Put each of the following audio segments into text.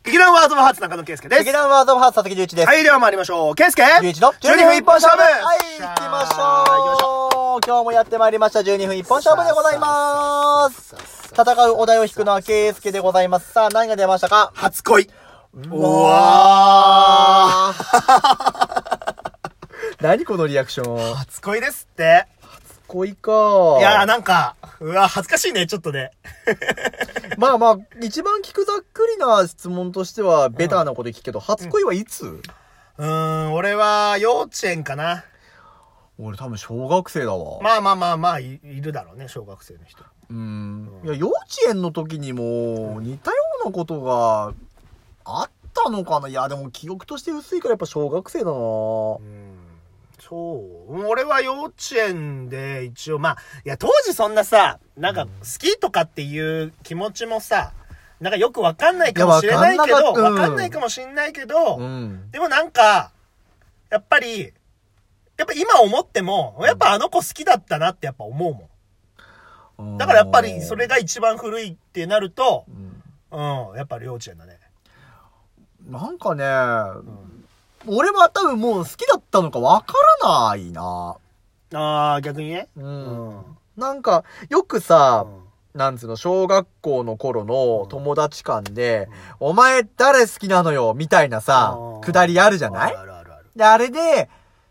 劇団ワードオブハーツ中野圭介です。 劇団ワードオブハーツ佐々木隆一です。 はい、では参りましょう。圭介隆一の 12分一本勝負。 はい、行きましょう。今日もやってまいりました12分一本勝負でございます。戦うお題を引くのは圭介でございます。さあ、何が出ましたか？ 初恋。 うわー。何このリアクション。 初恋ですって。 初恋か。 いやーなんか、うわ恥ずかしいね、ちょっとね。 まあまあ、一番聞くざっくりな質問としては、ベターなこと聞くけど、初恋はいつ？ 俺は幼稚園かな。 俺多分小学生だわ。 まあ、いるだろうね、小学生の人。 いや、幼稚園の時にも、似たようなことがあったのかな。いや、でも記憶として薄いからやっぱ小学生だな。 そう。俺は幼稚園で一応、まあ、いや、当時そんなさ、なんか好きとかっていう気持ちもさ、なんかよくわかんないかもしれないけど、わかんないかもしれないけど、でもなんか、やっぱ今思っても、やっぱあの子好きだったなってやっぱ思うもん。だからやっぱりそれが一番古いってなると、やっぱり幼稚園だね。 なんかね、俺は多分もう好きだったのかわからないな。 逆にね。 なんか、よくさ、なんつうの、小学校の頃の友達間で、お前誰好きなのよみたいなさ、くだりあるじゃない？で、あれで、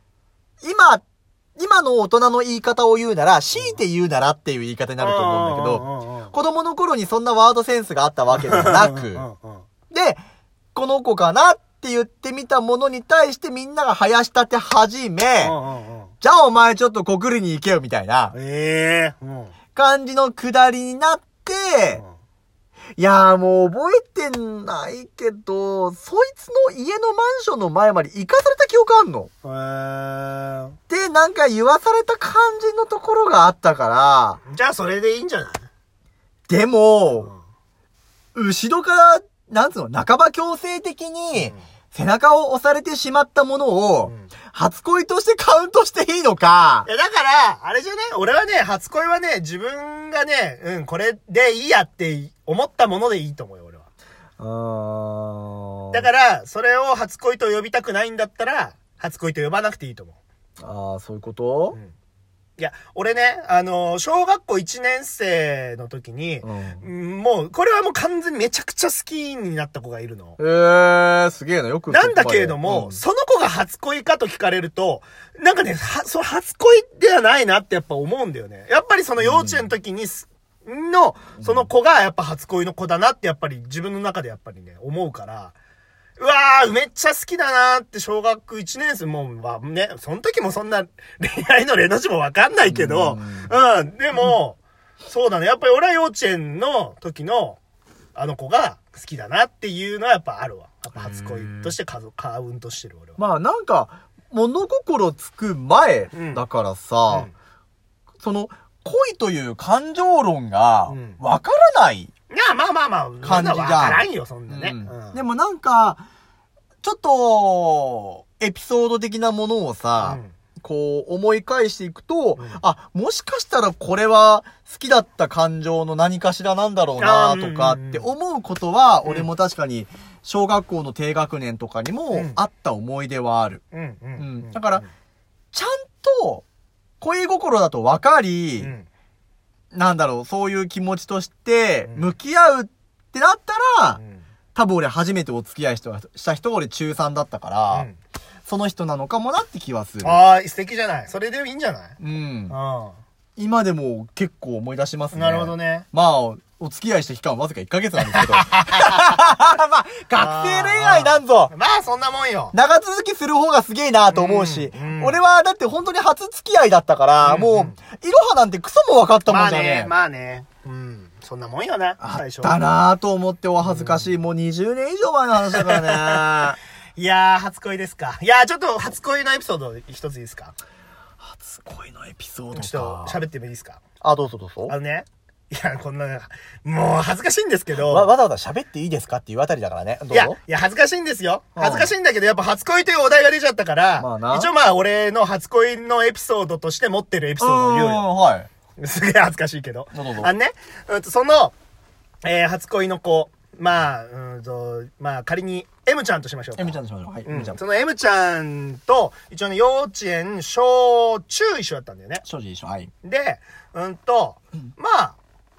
今の大人の言い方を言うなら、強いて言うならっていう言い方になると思うんだけど、子供の頃にそんなワードセンスがあったわけではなく、で、この子かなって言ってみたものに対してみんなが生し立て始め、じゃあお前ちょっと告りに行けよみたいな、感じのくだりになって、いやーもう覚えてないけど、そいつの家のマンションの前まで行かされた記憶あんの。で、なんか言わされた感じのところがあったから。 じゃあそれでいいんじゃない？ でも、後ろから、なんつうの、半ば強制的に背中を押されてしまったものを、初恋としてカウントしていいのか。 いや、だから、あれじゃね、俺はね、初恋はね、自分がね、これでいいやって思ったものでいいと思うよ、俺は。だから、それを初恋と呼びたくないんだったら、初恋と呼ばなくていいと思う。 そういうこと？ いや、俺ね、小学校1年生の時に、もう、これはもう完全にめちゃくちゃ好きになった子がいるの。 すげえな、よく。 なんだけれども、その子が初恋かと聞かれると、なんかね、その初恋ではないなってやっぱ思うんだよね。やっぱりその幼稚園の時に、その子がやっぱ初恋の子だなってやっぱり自分の中でやっぱりね、思うから、うわー、めっちゃ好きだなーって小学1年生もね、その時もそんな恋愛の例の字もわかんないけど、でも、そうだね、やっぱり俺は幼稚園の時のあの子が好きだなっていうのはやっぱあるわ。やっぱ初恋としてカウントしてる俺は。 まあなんか、物心つく前だからさ、その恋という感情論がわからない。 いや、まあ、 感じじゃん。 わからんよ、そんなね。 でもなんか、ちょっと、エピソード的なものをさ、こう思い返していくと、もしかしたらこれは好きだった感情の何かしらなんだろうなとかって思うことは、俺も確かに小学校の低学年とかにもあった思い出はある。だから、ちゃんと恋心だと分かり、なんだろう、そういう気持ちとして向き合うってなったら、多分俺初めてお付き合いした人が俺中3だったから、その人なのかもなって気はする。 素敵じゃない。それでいいんじゃない？ 今でも結構思い出しますね。 なるほどね。 まあ、お付き合いした期間はわずか1ヶ月なんですけど。まあ、学生恋愛なんぞ。 まあ、そんなもんよ。 長続きする方がすげえなと思うし、俺はだって本当に初付き合いだったから、もう、いろはなんてクソも分かったもんじゃね。 まあね。そんなもんよな、 最初。だなぁと思ってお恥ずかしい。もう20年以上前の話だからね。 いやー、初恋ですか。いやー、ちょっと初恋のエピソード一ついいですか？ 初恋のエピソードか。 ちょっと喋ってもいいですか？ どうぞどうぞ。 いや、こんな、もう恥ずかしいんですけど。 わざわざ喋っていいですかっていうあたりだからね。どうぞ。 いや、恥ずかしいんですよ。恥ずかしいんだけど、やっぱ初恋というお題が出ちゃったから、一応俺の初恋のエピソードとして持ってるエピソードを言うよ。すげえ恥ずかしいけど。その、初恋の子まあ仮に M ちゃんとしましょうか。 M ちゃんとしましょう。はい、M ちゃん。 その M ちゃんと一応ね、幼稚園小中一緒だったんだよね。 正直一緒。はい。 でまあ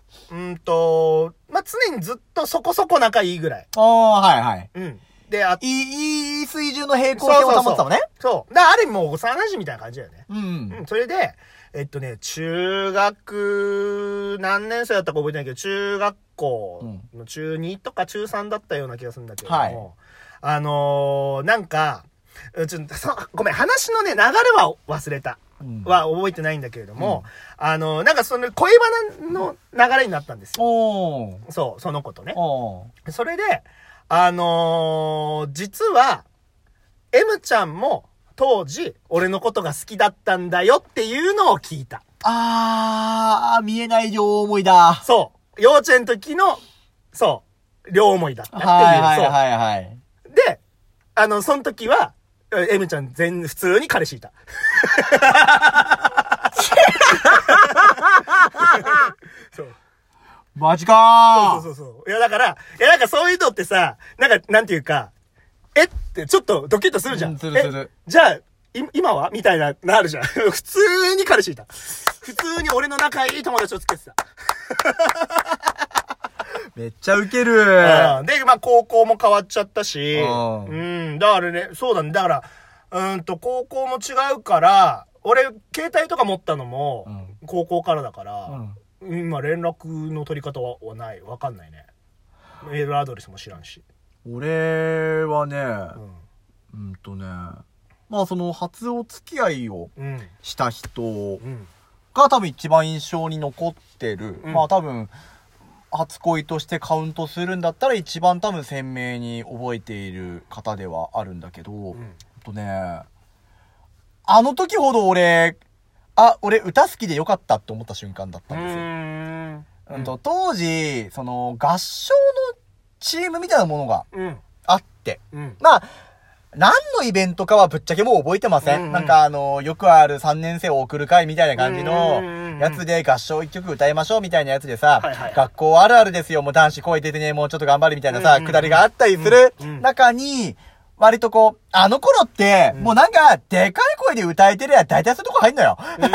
常にずっとそこそこ仲いいぐらい。 はいはい。 で、 いい水準の平行線を保ってたのね。 そう。だからある意味もう幼馴染みたいな感じだよね。それで、中学、何年生だったか覚えてないけど、中学校の中2とか中3だったような気がするんだけども、なんか、ごめん、話のね、流れは忘れた。は覚えてないんだけれども、なんかその恋バナの流れになったんですよ。そう、その子とね。それで、実は、M ちゃんも当時、俺のことが好きだったんだよっていうのを聞いた。 見えない両思いだ。 そう。幼稚園の時の、そう、両思いだったっていう。 はい。 で、その時は、M ちゃん普通に彼氏いた。そう。 マジかー。そう。いや、なんかそういうのってさ、なんていうか、ってちょっとドキッとするじゃん。 する。 じゃあ、今はみたいな、なるじゃん。普通に彼氏いた。普通に俺の仲いい友達をつけてた。 めっちゃウケる。 で、高校も変わっちゃったし、だからね、そうだね。だから、高校も違うから、俺、携帯とか持ったのも、高校からだから、今連絡の取り方はない。わかんないね。メールアドレスも知らんし。 俺はね、その初お付き合いをした人が多分一番印象に残ってる。多分、初恋としてカウントするんだったら一番多分鮮明に覚えている方ではあるんだけど、あの時ほど俺歌好きでよかったって思った瞬間だったんですよ。当時、その合唱のチームみたいなものがあって、何のイベントかはぶっちゃけもう覚えてません。なんかよくある3年生を送る会みたいな感じのやつで合唱1曲歌いましょうみたいなやつでさ、学校あるあるですよ、もう男子声出てね、もうちょっと頑張るみたいなさ、くだりがあったりする中に、割とこう、あの頃って、もうなんか、でかい声で歌えてりゃ大体そういうとこ入んのよ。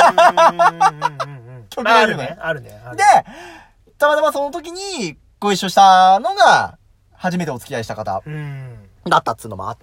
曲があるね。 あるね。 で、たまたまその時にご一緒したのが、初めてお付き合いした方だったっつうのもあって、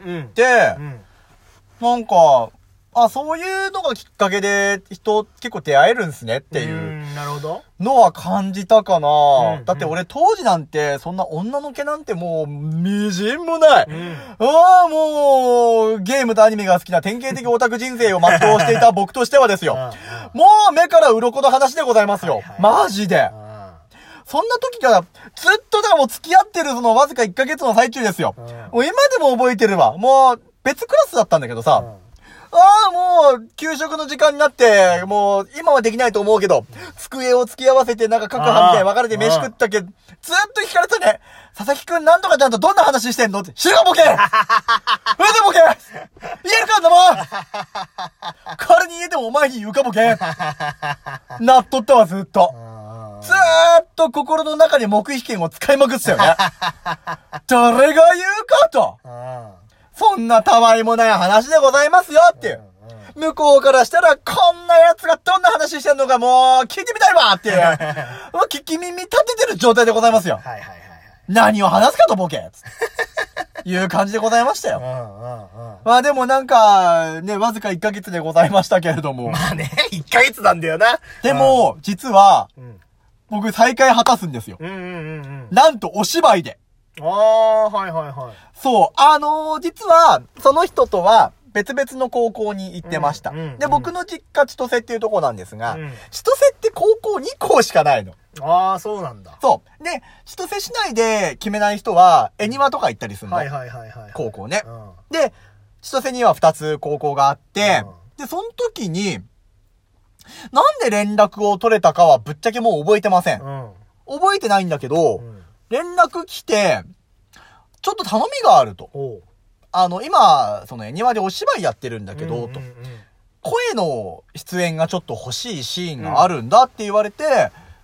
なんか、そういうのがきっかけで人結構出会えるんすねっていうのは感じたかな。だって俺当時なんてそんな女の毛なんてもうみじんもない。もうゲームとアニメが好きな典型的オタク人生を全うしていた僕としてはですよ。もう目から鱗の話でございますよ。マジで。そんな時からずっとだからもう付き合ってるそのわずか1ヶ月の最中ですよ。もう今でも覚えてるわ。もう別クラスだったんだけどさ。もう、給食の時間になって、もう、今はできないと思うけど、机を付き合わせて、なんか各班みたいに分かれて飯食ったけど、ずっと聞かれたね。佐々木くんなんとかちゃんとどんな話してんのって、知るかボケそれでボケ言えるかんだもん仮に言えてもお前に言うかボケなっとったわ、ずっと。ずーっと心の中に黙秘権を使いまくってたよね。誰が言うかと。そんなたわいもない話でございますよっていう。向こうからしたら、こんな奴がどんな話してんのかもう、聞いてみたいわっていう。聞き耳立ててる状態でございますよ。何を話すかとボケいう感じでございましたよ。でもなんか、ね、わずか1ヶ月でございましたけれども。 1ヶ月なんだよな。 でも、実は、僕再会果たすんですよ。なんとお芝居で。そう。実は、その人とは別々の高校に行ってました。で、僕の実家千歳っていうところなんですが、千歳って高校2校しかないの。 そうなんだ。 そう。で、千歳市内で決めない人は、恵庭とか行ったりするの。高校ね。で、千歳には2つ高校があって、で、その時に、なんで連絡を取れたかはぶっちゃけもう覚えてません。覚えてないんだけど、連絡来て、ちょっと頼みがあると。今、その庭でお芝居やってるんだけど、と。声の出演がちょっと欲しいシーンがあるんだって言われて、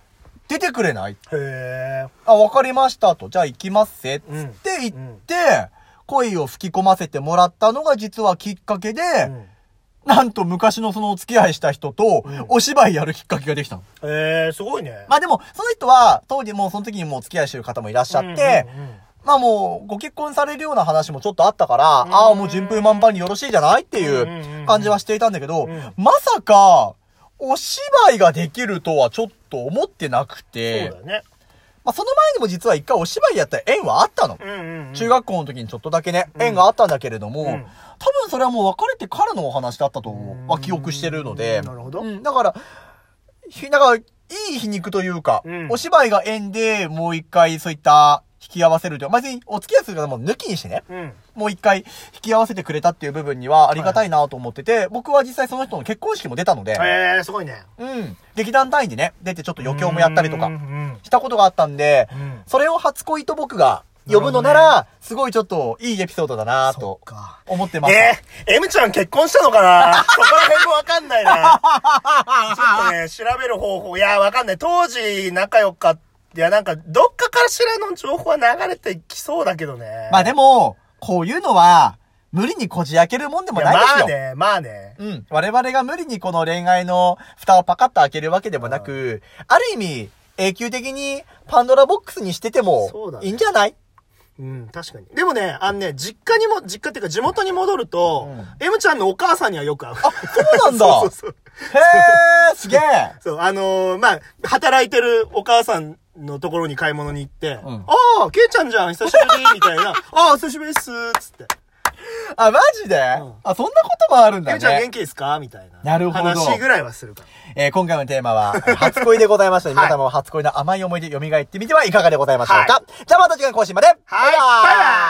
出てくれない？ へあ、わかりましたと。じゃあ行きますせ。つって行って、恋を吹き込ませてもらったのが実はきっかけで、なんと昔のそのお付き合いした人と、お芝居やるきっかけができたの。 すごいね。 まあでも、その人は、当時もうその時にもうお付き合いしてる方もいらっしゃって、まあもう、ご結婚されるような話もちょっとあったから、ああ、もう順風満帆によろしいじゃないっていう感じはしていたんだけど、まさか、お芝居ができるとはちょっと思ってなくて、 そうだね。 まあその前にも実は一回お芝居やった縁はあったの。中学校の時にちょっとだけね、縁があったんだけれども、多分それはもう別れてからのお話だったとは記憶してるので、 なるほど。 だから、いい皮肉というか、お芝居が縁でもう一回そういった引き合わせるという、まあ、別にお付き合いする方も抜きにしてね、もう一回引き合わせてくれたっていう部分にはありがたいなと思ってて、僕は実際その人の結婚式も出たので、 すごいね。 劇団単位でね、出てちょっと余興もやったりとか、したことがあったんで、それを初恋と僕が呼ぶのなら、すごいちょっといいエピソードだなと思ってます。 M ちゃん結婚したのかなそこら辺もわかんないな。ちょっとね、調べる方法。いや、わかんない。当時仲良かった。いや、なんか、どっかからしらの情報は流れてきそうだけどね。 まあでも、こういうのは、無理にこじ開けるもんでもないですよ。 まあね。 我々が無理にこの恋愛の蓋をパカッと開けるわけでもなく、ある意味、永久的にパンドラボックスにしててもいいんじゃない？ 確かに。でもね、実家っていうか地元に戻ると、M ちゃんのお母さんにはよく会う。 あ、そうなんだ。そうへー、すげー。 そう、まあ、働いてるお母さんのところに買い物に行って、ああ、ケイちゃんじゃん、久しぶりみたいな。ああ、久しぶりっす、つって。 あ、マジで、あ、そんなこともあるんだね。 ケイちゃん元気ですかみたいな。 なるほど。 話ぐらいはするから。 今回のテーマは、初恋でございました。皆様も初恋の甘い思い出蘇ってみてはいかがでございましょうか。じゃあまた次回更新まで。 バイバイ。